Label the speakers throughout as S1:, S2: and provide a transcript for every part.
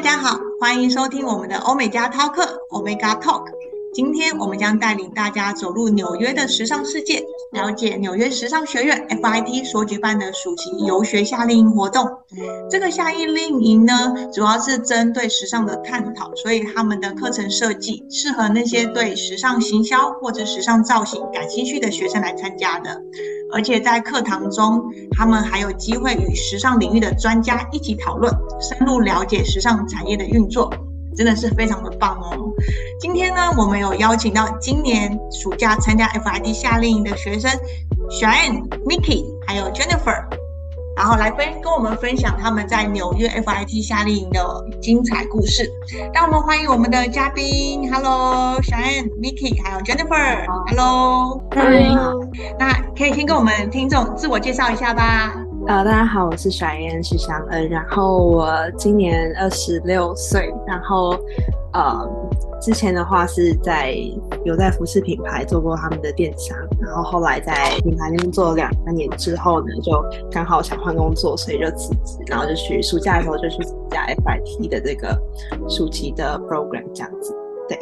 S1: 家好，欢迎收听我们的欧美加 Talk，Omega Talk。今天我们将带领大家走入纽约的时尚世界，了解纽约时尚学院 FIT 所举办的暑期游学夏令营活动。这个夏令营呢，主要是针对时尚的探讨，所以他们的课程设计适合那些对时尚行销或者时尚造型感兴趣的学生来参加的。而且在课堂中，他们还有机会与时尚领域的专家一起讨论，深入了解时尚产业的运作。真的是非常的棒哦！今天呢，我们有邀请到今年暑假参加 FIT 夏令营的学生 Cheyenne、Mickey 还有 Jennifer， 然后来跟我们分享他们在纽约 FIT 夏令营的精彩故事。让我们欢迎我们的嘉宾 ，Hello Cheyenne、Mickey 还有 Jennifer，Hello， 那可以先跟我们听众自我介绍一下吧。
S2: 大家好，我是Cheyenne许祥恩，然后我今年26岁，然后之前的话是有在服饰品牌做过他们的电商，然后后来在品牌那边做了2-3年之后呢，就刚好想换工作，所以就辞职，然后就去暑假的时候就去参加 FIT 的这个暑期的 program 这样子。对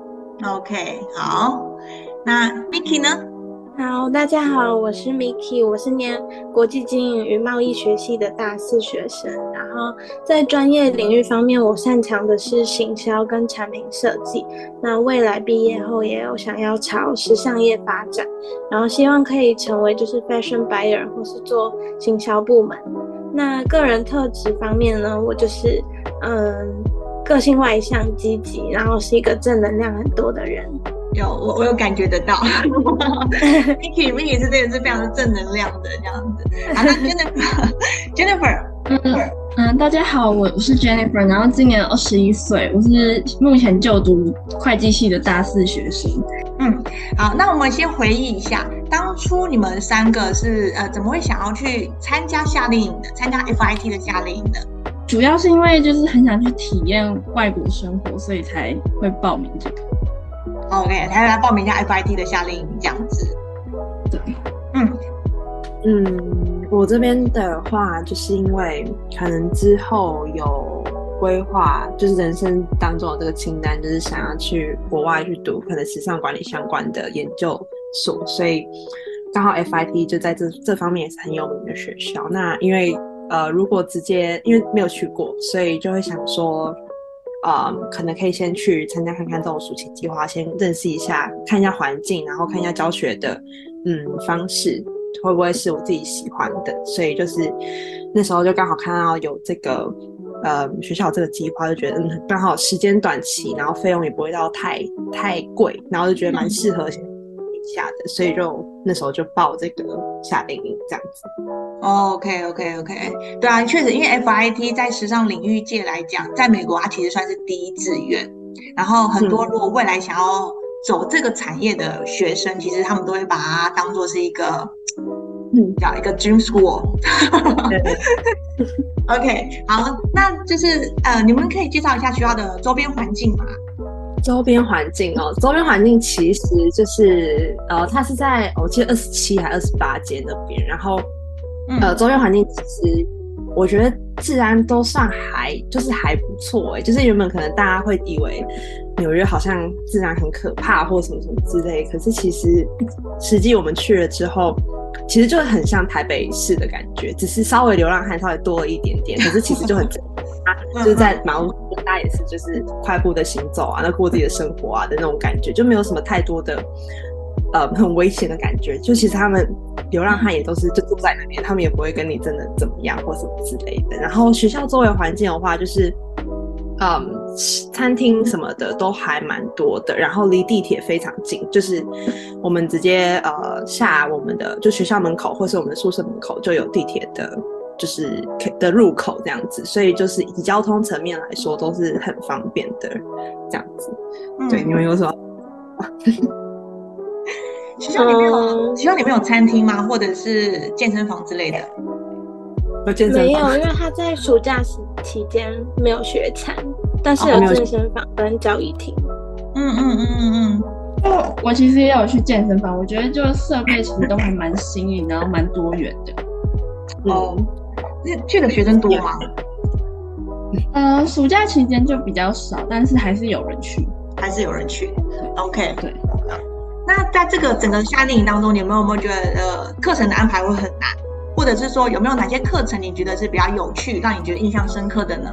S1: ，OK， 好，那 Mickey 呢？
S3: 好，大家好，我是 Mickey， 我是念国际经营与贸易学系的大4学生。然后在专业领域方面，我擅长的是行销跟产品设计。那未来毕业后也有想要朝时尚业发展，然后希望可以成为就是 fashion buyer 或是做行销部门。那个人特质方面呢，我就是个性外向积极，然后是一个正能量很多的人。
S1: 我有感觉得到Mickey 是真的是非常正能量的这样子。好，那 Jennifer，
S4: 大家好，我是 Jennifer， 然后今年21岁，我是目前就读会计系的大4学生。
S1: 好，那我们先回忆一下，当初你们3个是怎么会想要去参加夏令营的，参加 FIT 的夏令营的？
S4: 主要是因为就是很想去体验外国生活，所以才会报名这个。
S1: OK， 才来报名一下 FIT 的夏令营这样子。
S4: 对，
S2: 我这边的话，就是因为可能之后有规划，就是人生当中的这个清单，就是想要去国外去读可能时尚管理相关的研究所，所以刚好 FIT 就在这方面也是很有名的学校。那因为如果直接因为没有去过，所以就会想说。可能可以先去参加看看这种暑期计划，先认识一下，看一下环境，然后看一下教学的方式会不会是我自己喜欢的，所以就是那时候就刚好看到有这个学校这个计划，就觉得刚好时间短期，然后费用也不会到太贵，然后就觉得蛮适合一下的，所以就那时候就报这个夏令营这样子。
S1: OK， 对啊，确实，因为 FIT 在时尚领域界来讲，在美国它其实算是第一志愿，然后很多如果未来想要走这个产业的学生，其实他们都会把它当作是一个叫一个 dream school。OK， 好，那就是你们可以介绍一下学校的周边环境吗？
S2: 周边环境周边环境其实就是它是在我记得27还28街那边，然后周边环境其实我觉得治安都算还不错就是原本可能大家会以为纽约好像治安很可怕或什么什么之类，可是其实实际我们去了之后，其实就很像台北市的感觉，只是稍微流浪汉稍微多了一点点，可是其实就很正常就是在马路上大家也是就是快步的行走啊，那过自己的生活啊的那种感觉，就没有什么太多的很危险的感觉，就其实他们流浪汉也都是就住在那边，他们也不会跟你真的怎么样或什么之类的。然后学校周围环境的话，就是餐厅什么的都还蛮多的，然后离地铁非常近，就是我们直接下我们的就学校门口或是我们的宿舍门口就有地铁的就是的入口这样子，所以就是以交通层面来说都是很方便的这样子。对，你们有什么
S1: 学校里面有餐厅吗？或者是健身房之类的？
S3: 没有，因为他在暑假期间没有学餐，但是有健身房跟交易厅。
S4: 我其实也有去健身房，我觉得就设备其实都还蛮新颖，然后蛮多元的。
S1: 去的学生多吗？
S4: 暑假期间就比较少，但是还是有人去。
S1: OK，
S4: 对。
S1: 那在这个整个夏令营当中，你有没有觉得课程的安排会很难，或者是说有没有哪些课程你觉得是比较有趣，让你觉得印象深刻的呢？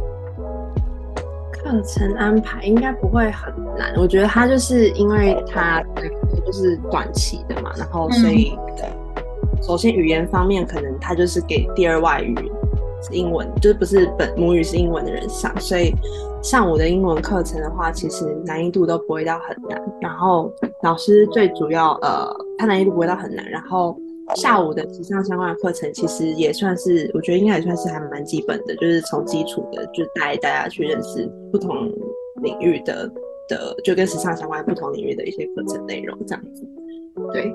S2: 课程安排应该不会很难，我觉得它就是因为它就是短期的嘛，然后所以首先语言方面可能它就是给第二外语是英文，就是不是母语是英文的人上，所以上午的英文课程的话，其实难易度都不会到很难。然后老师最主要他难易度不会到很难，然后下午的时尚相关的课程其实也算是，我觉得应该也算是还蛮基本的，就是从基础的就带大家去认识不同领域的就跟时尚相关不同领域的一些课程内容这样子。对，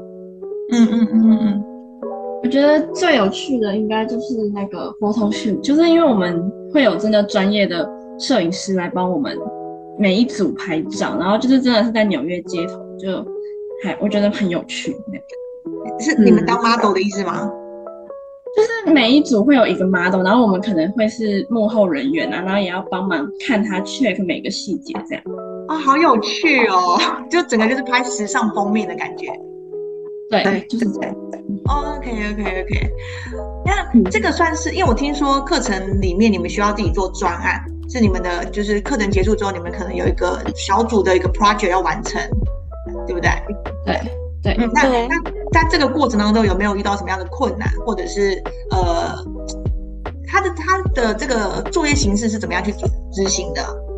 S4: 我觉得最有趣的应该就是那个 photo shoot， 就是因为我们会有真的专业的摄影师来帮我们每一组拍照，然后就是真的是在纽约街头，就我觉得很有趣。
S1: 是你们当 model 的意思吗？
S4: 就是每一组会有一个 model， 然后我们可能会是幕后人员啊，然后也要帮忙看他 check 每个细节这样。
S1: 好有趣哦，就整个就是拍时尚封面的感觉。
S4: 对，就是这样。
S1: OK。那这个算是，因为我听说课程里面你们需要自己做专案，是你们的，就是课程结束之后，你们可能有一个小组的一个 project 要完成，对不对？
S4: 对。
S1: 那在这个过程当中有没有遇到什么样的困难，或者是他的这个作业形式是怎么样去执行的？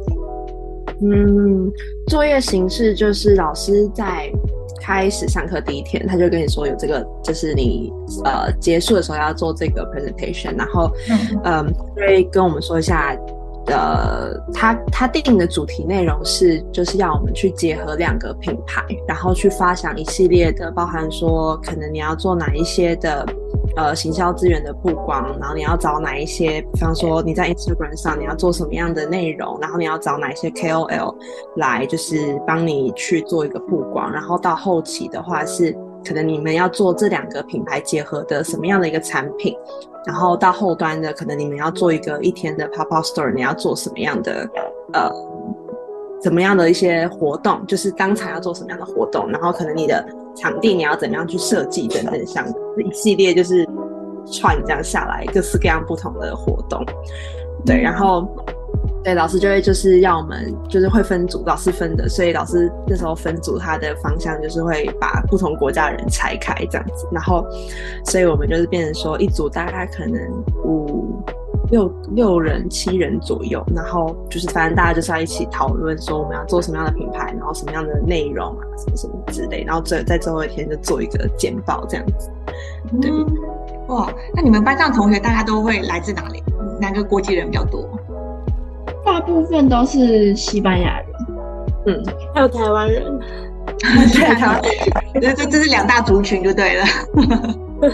S2: 作业形式就是老师在开始上课第一天，他就跟你说有这个，就是你结束的时候要做这个 presentation， 然后会跟我们说一下，他定的主题内容是就是要我们去结合2个品牌，然后去发想一系列的，包含说可能你要做哪一些的行销资源的曝光，然后你要找哪一些，比方说你在 Instagram 上你要做什么样的内容，然后你要找哪一些 KOL 来就是帮你去做一个曝光，然后到后期的话是可能你们要做这2个品牌结合的什么样的一个产品，然后到后端的可能你们要做一个1天的 pop-up store， 你要做什么样的怎么样的一些活动，就是当场要做什么样的活动，然后可能你的场地你要怎么样去设计等等，像一系列就是串这样下来各式各样不同的活动。对，然后对老师就会就是要我们就是会分组，老师分的，所以老师那时候分组他的方向就是会把不同国家的人拆开这样子，然后所以我们就是变成说一组大概可能6人7人左右，然后就是反正大家就是要一起讨论说我们要做什么样的品牌，然后什么样的内容啊什么什么之类，然后在最后一天就做一个简报这样子。对，
S1: 哇，那你们班上同学大家都会来自哪里？哪个国籍人比较多？
S4: 大部分都是西班牙人，
S3: 还有台湾人。
S1: 对，这是2大族群就对了。对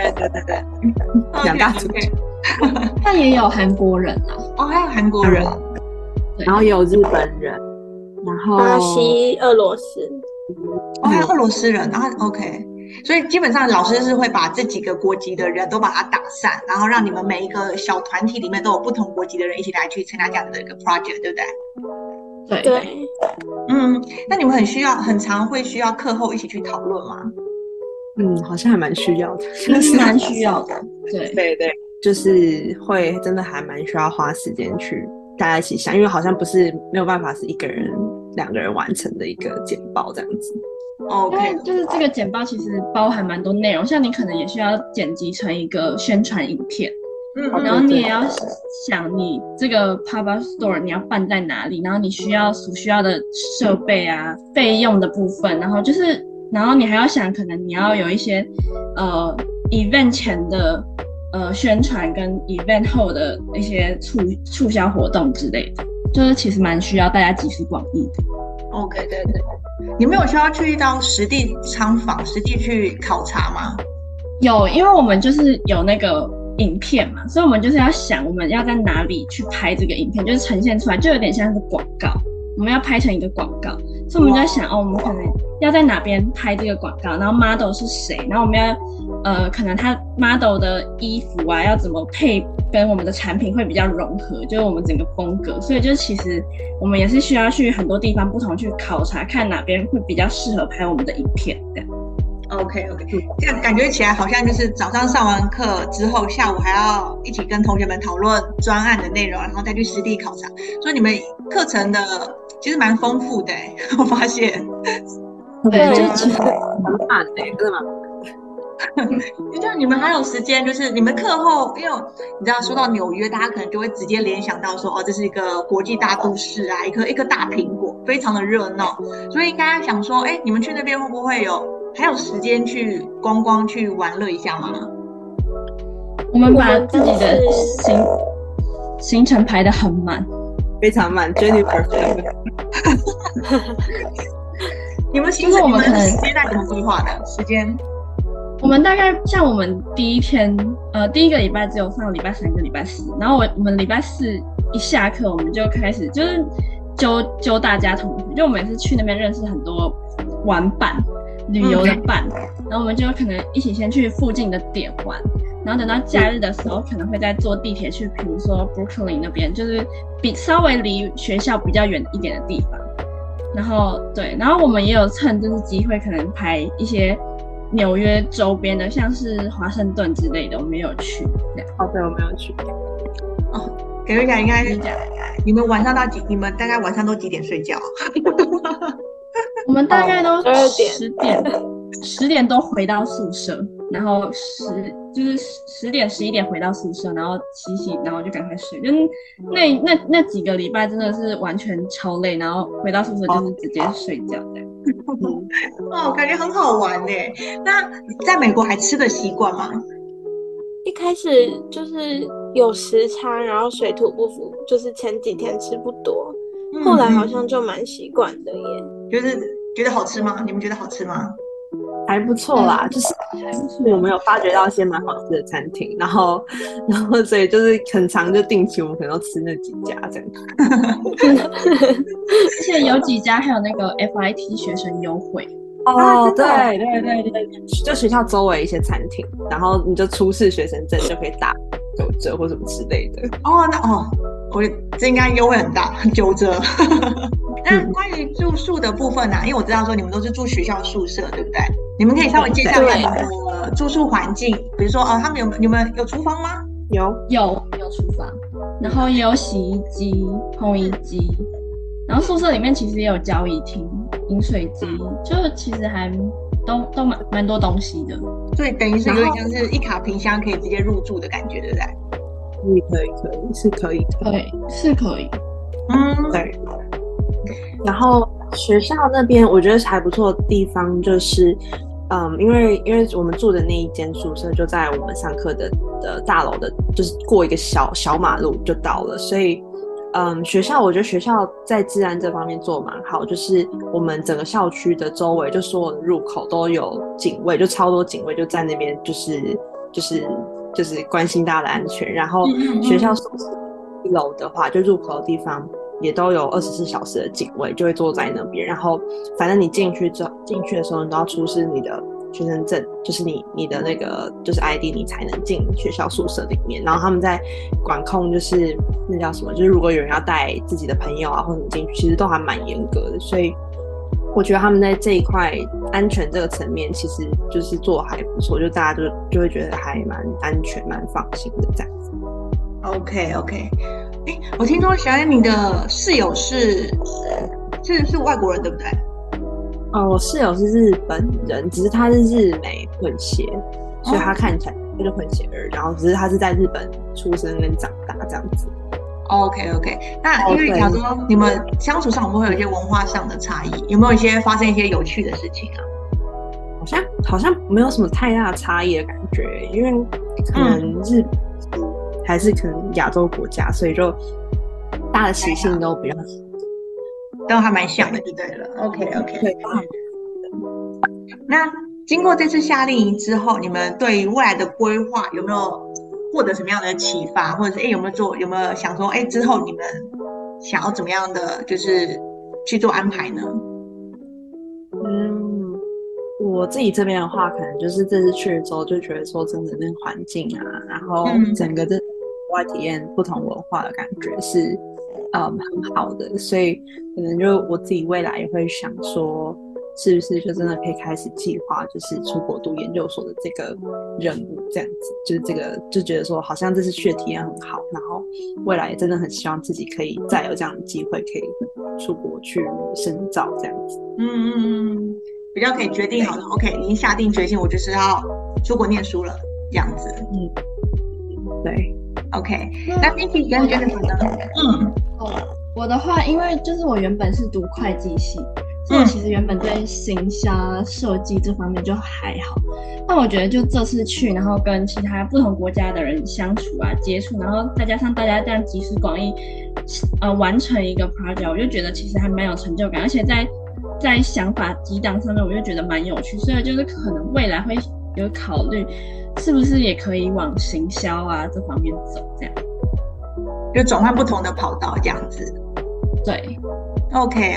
S2: ，2大族群。
S4: 但也有韩国人啊。
S1: 还有韩国人，
S2: 然后也有日本人，然后
S3: 巴西、俄罗斯。
S1: 还有俄罗斯人，然后 OK。所以基本上老师是会把这几个国籍的人都把它打散，然后让你们每一个小团体里面都有不同国籍的人一起来去参加这样的一个 project， 对不对？
S4: 对。
S1: 那你们很常会需要课后一起去讨论吗？
S2: 好像还蛮需要的，
S4: 蛮需要的。
S2: 对，就是会真的还蛮需要花时间去大家一起想，因为好像不是没有办法是1个人2个人完成的一个简报这样子。
S1: OK，
S4: 就是这个简报其实包含蛮多内容，像你可能也需要剪辑成一个宣传影片，然后你也要想你这个 pop-up store 你要办在哪里，然后你所需要的设备啊、费用的部分，然后你还要想可能你要有一些event 前的宣传跟 event 后的一些促销活动之类的，就是其实蛮需要大家集思广益的。
S1: OK， 对，你们有需要去到实地参访、实地去考察吗？
S4: 有，因为我们就是有那个影片嘛，所以我们就是要想我们要在哪里去拍这个影片，就是呈现出来，就有点像是广告，我们要拍成一个广告，所以我们就在想我们可能要在哪边拍这个广告，然后 model 是谁，然后我们要可能他 model 的衣服啊要怎么配跟我们的产品会比较融合，就是我们整个风格，所以就其实我们也是需要去很多地方不同去考察，看哪边会比较适合拍我们的影片这样。
S1: OK， 这样感觉起来好像就是早上上完课之后，下午还要一起跟同学们讨论专案的内容，然后再去实地考察，所以你们课程的其实蛮丰富的我发现。
S2: 对，就是蛮满的，真的蛮。
S1: 就像你们还有时间，就是你们课后，因为你知道说到纽约，大家可能就会直接联想到说，这是一个国际大都市啊，一个大苹果，非常的热闹，所以应该想说，你们去那边会不会还有时间去观光去玩乐一下吗？
S4: 我们把自己的行程排得很满，
S2: 非常满 ，Jennifer。
S1: 你们行程我们可能时间在怎么规划的？时间？
S4: 我们大概像我们第一天，第一个礼拜只有上礼拜3跟礼拜4，然后我们礼拜4一下课，我们就开始就是揪大家同学，就我们也是去那边认识很多玩伴、旅游的伴，然后我们就可能一起先去附近的点玩，然后等到假日的时候，可能会再坐地铁去，比如说 Brooklyn 那边，就是稍微离学校比较远一点的地方。然后对，然后我们也有趁这次机会，可能拍一些纽约周边的，像是华盛顿之类的，我们也有去。
S2: 对，我们有去。
S1: 感觉应该你们晚上你们大概晚上都几点睡觉？
S4: 我们大概都10点都回到宿舍，然后10点11点回到宿舍，然后洗，然后就赶快睡。就是那几个礼拜真的是完全超累，然后回到宿舍就是直接睡觉这样。
S1: 感觉很好玩耶。那你在美国还吃的习惯吗？
S3: 一开始就是有时差，然后水土不服，就是前几天吃不多，后来好像就蛮习惯的耶。
S1: 就是觉得好吃吗？你们觉得好吃吗？
S2: 还不错啦，就是我们有发掘到一些蛮好吃的餐厅，然后所以就是很常就定期我们可能都吃那几家这样。
S4: 而且有几家还有那个 FIT 学生优惠。
S2: 对，就学校周围一些餐厅，然后你就出示学生证就可以打9折或什么之类的。
S1: 我这应该优惠很大，9折。那关于住宿的部分呢？因为我知道说你们都是住学校宿舍，对不对？你们可以稍微介绍一下你们的住宿环境，比如说他们你们有厨房吗？
S4: 有厨房，然后也有洗衣机、烘衣机，然后宿舍里面其实也有交谊厅、饮水机，就其实还都蛮多东西的。
S1: 所以等于是有点像是一卡皮箱可以直接入住的感觉，对不对？
S2: 可以，是可以的。
S4: 对，是可以。
S2: 对。然后学校那边我觉得还不错的地方就是，因为我们住的那一间宿舍就在我们上课的大楼的，就是过一个小马路就到了，所以我觉得学校在治安这方面做得蛮好，就是我们整个校区的周围就所有的入口都有警卫，就超多警卫就在那边，就是关心大家的安全。然后学校宿舍1楼的话，就入口的地方也都有24小时的警卫，就会坐在那边。然后反正你进去的时候，你都要出示你的学生证，就是你的那个就是 ID， 你才能进学校宿舍里面。然后他们在管控，就是那叫什么，就是如果有人要带自己的朋友啊或者进去，其实都还蛮严格的。所以我觉得他们在这一块安全这个层面，其实就是做得还不错，就大家就会觉得还蛮安全、蛮放心的这样子。
S1: OK， 我听说小燕你的室友是外国人，对不对？
S2: 我室友是日本人，只是他是日美混血，所以他看起来就是混血儿，然后只是他是在日本出生跟长大这样子。
S1: OK， 那因为假如说你们相处上会不会有一些文化上的差异？有没有发生一些有趣的事情啊？
S2: 好像没有什么太大的差异的感觉，因为可能日本还是可能亚洲国家，所以就大家的习性都比较
S1: 都还蛮像的，就对了。OK，
S2: 对。
S1: 那经过这次夏令营之后，你们对于未来的规划有没有获得什么样的启发，或者是有没有想说，之后你们想要怎么样的就是去做安排呢？
S2: 我自己这边的话，可能就是这次去之后就觉得说，真的那个环境啊，然后整个这国外体验不同文化的感觉是很好的，所以可能就我自己未来也会想说，是不是就真的可以开始计划，就是出国读研究所的这个任务，这样子，就是这个就觉得说，好像这次去的体验很好，然后未来也真的很希望自己可以再有这样的机会，可以出国去深造这样子。
S1: 比较可以决定好了 ，OK， 已经下定决心，我就是要出国念书了，这样子。
S2: 对
S1: ，OK。那 Miki 跟 Jennifer 呢？
S4: 我的话，因为就是我原本是读会计系，所以我其实原本对行销设计这方面就还好。但我觉得就这次去，然后跟其他不同国家的人相处啊、接触，然后再加上大家这样集思广益，完成一个 project， 我就觉得其实还蛮有成就感，而且在想法激荡上面，我就觉得蛮有趣，所以就是可能未来会有考虑，是不是也可以往行销啊这方面走，这样
S1: 就转换不同的跑道这样子。
S4: 对
S1: ，OK。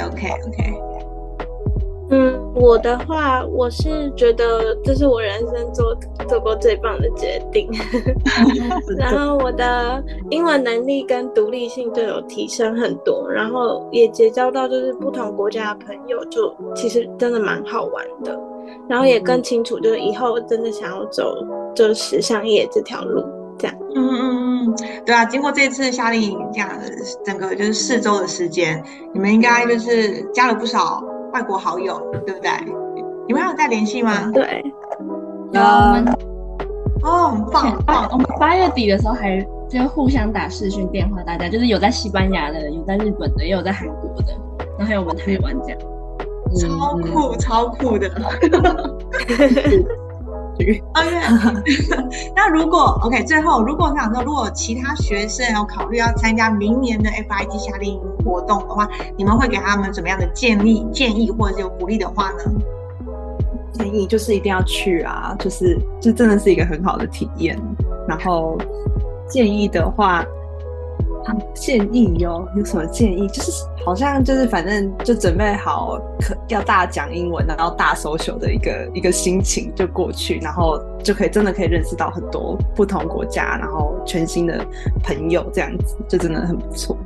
S3: 我的话，我是觉得这是我人生做过最棒的决定。然后我的英文能力跟独立性就有提升很多，然后也结交到就是不同国家的朋友，就其实真的蛮好玩的。然后也更清楚，就是以后真的想要走就是时尚业这条路，这样。
S1: 对啊，经过这次夏令营这样的整个就是4周的时间，你们应该就是加了不少外国好友，对不对？你们还有在联系吗？
S3: 对，
S4: 有我们
S1: 很棒。
S4: 我们8月底的时候还就互相打视讯电话，大家就是有在西班牙的，有在日本的，也有在韩国的，然后还有我们台湾这样。
S1: 超酷的。那如果 OK， 最后如果想说，如果其他学生有考虑要参加明年的 FIT 夏令营活动的话，你们会给他们怎么样的建议或者是有鼓励的话呢？
S2: 建议就是一定要去啊，就真的是一个很好的体验。然后建议的话，有什么建议？就是好像就是反正就准备好要大讲英文，然后大 social 的一个心情就过去，然后就真的可以认识到很多不同国家，然后全新的朋友，这样子就真的很不错。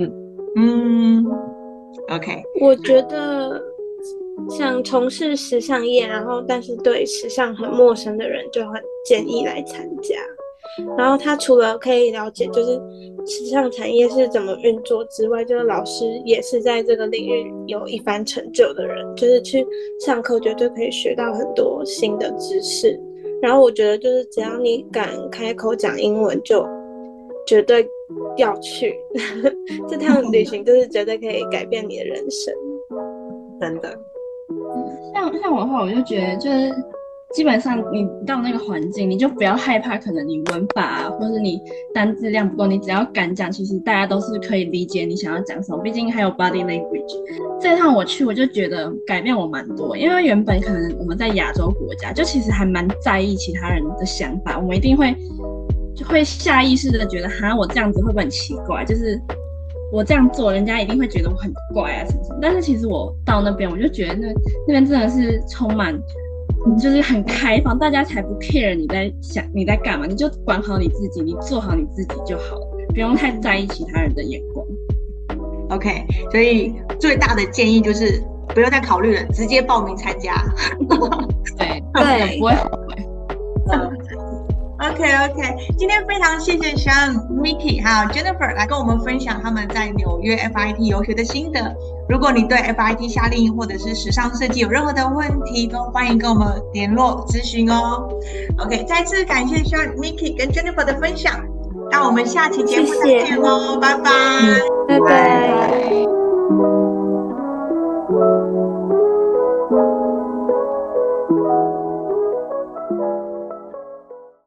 S1: OK，
S3: 我觉得想从事时尚业，然后但是对时尚很陌生的人，就很建议来参加。然后他除了可以了解就是时尚产业是怎么运作之外，就是老师也是在这个领域有一番成就的人，就是去上课绝对可以学到很多新的知识。然后我觉得就是只要你敢开口讲英文，就绝对要去。这趟旅行就是绝对可以改变你的人生，
S2: 真的。
S4: 像我的话，我就觉得就是基本上你到那个环境，你就不要害怕，可能你文法啊，或是你单字量不够，你只要敢讲，其实大家都是可以理解你想要讲什么。毕竟还有 body language。这趟我去，我就觉得改变我蛮多，因为原本可能我们在亚洲国家，就其实还蛮在意其他人的想法，我们一定会下意识的觉得，我这样子会不会很奇怪？就是我这样做，人家一定会觉得我很怪啊什么什么。但是其实我到那边，我就觉得那边真的是充满。就是很开放，大家才不 care 你在想你在干嘛，你就管好你自己，你做好你自己就好，不用太在意其他人的眼光。
S1: OK， 所以最大的建议就是不要再考虑了，直接报名参加。
S4: 对，不会后悔。
S1: OK， 今天非常谢谢 Sean、Miki 还有 Jennifer 来跟我们分享他们在纽约 FIT 游学的心得。如果你对 FIT 夏令营或者是时尚设计有任何的问题，都欢迎跟我们联络咨询哦。OK， 再次感谢 Sean、Miki 跟 Jennifer 的分享，那我们下期节目再见喽，拜拜，
S3: 拜拜。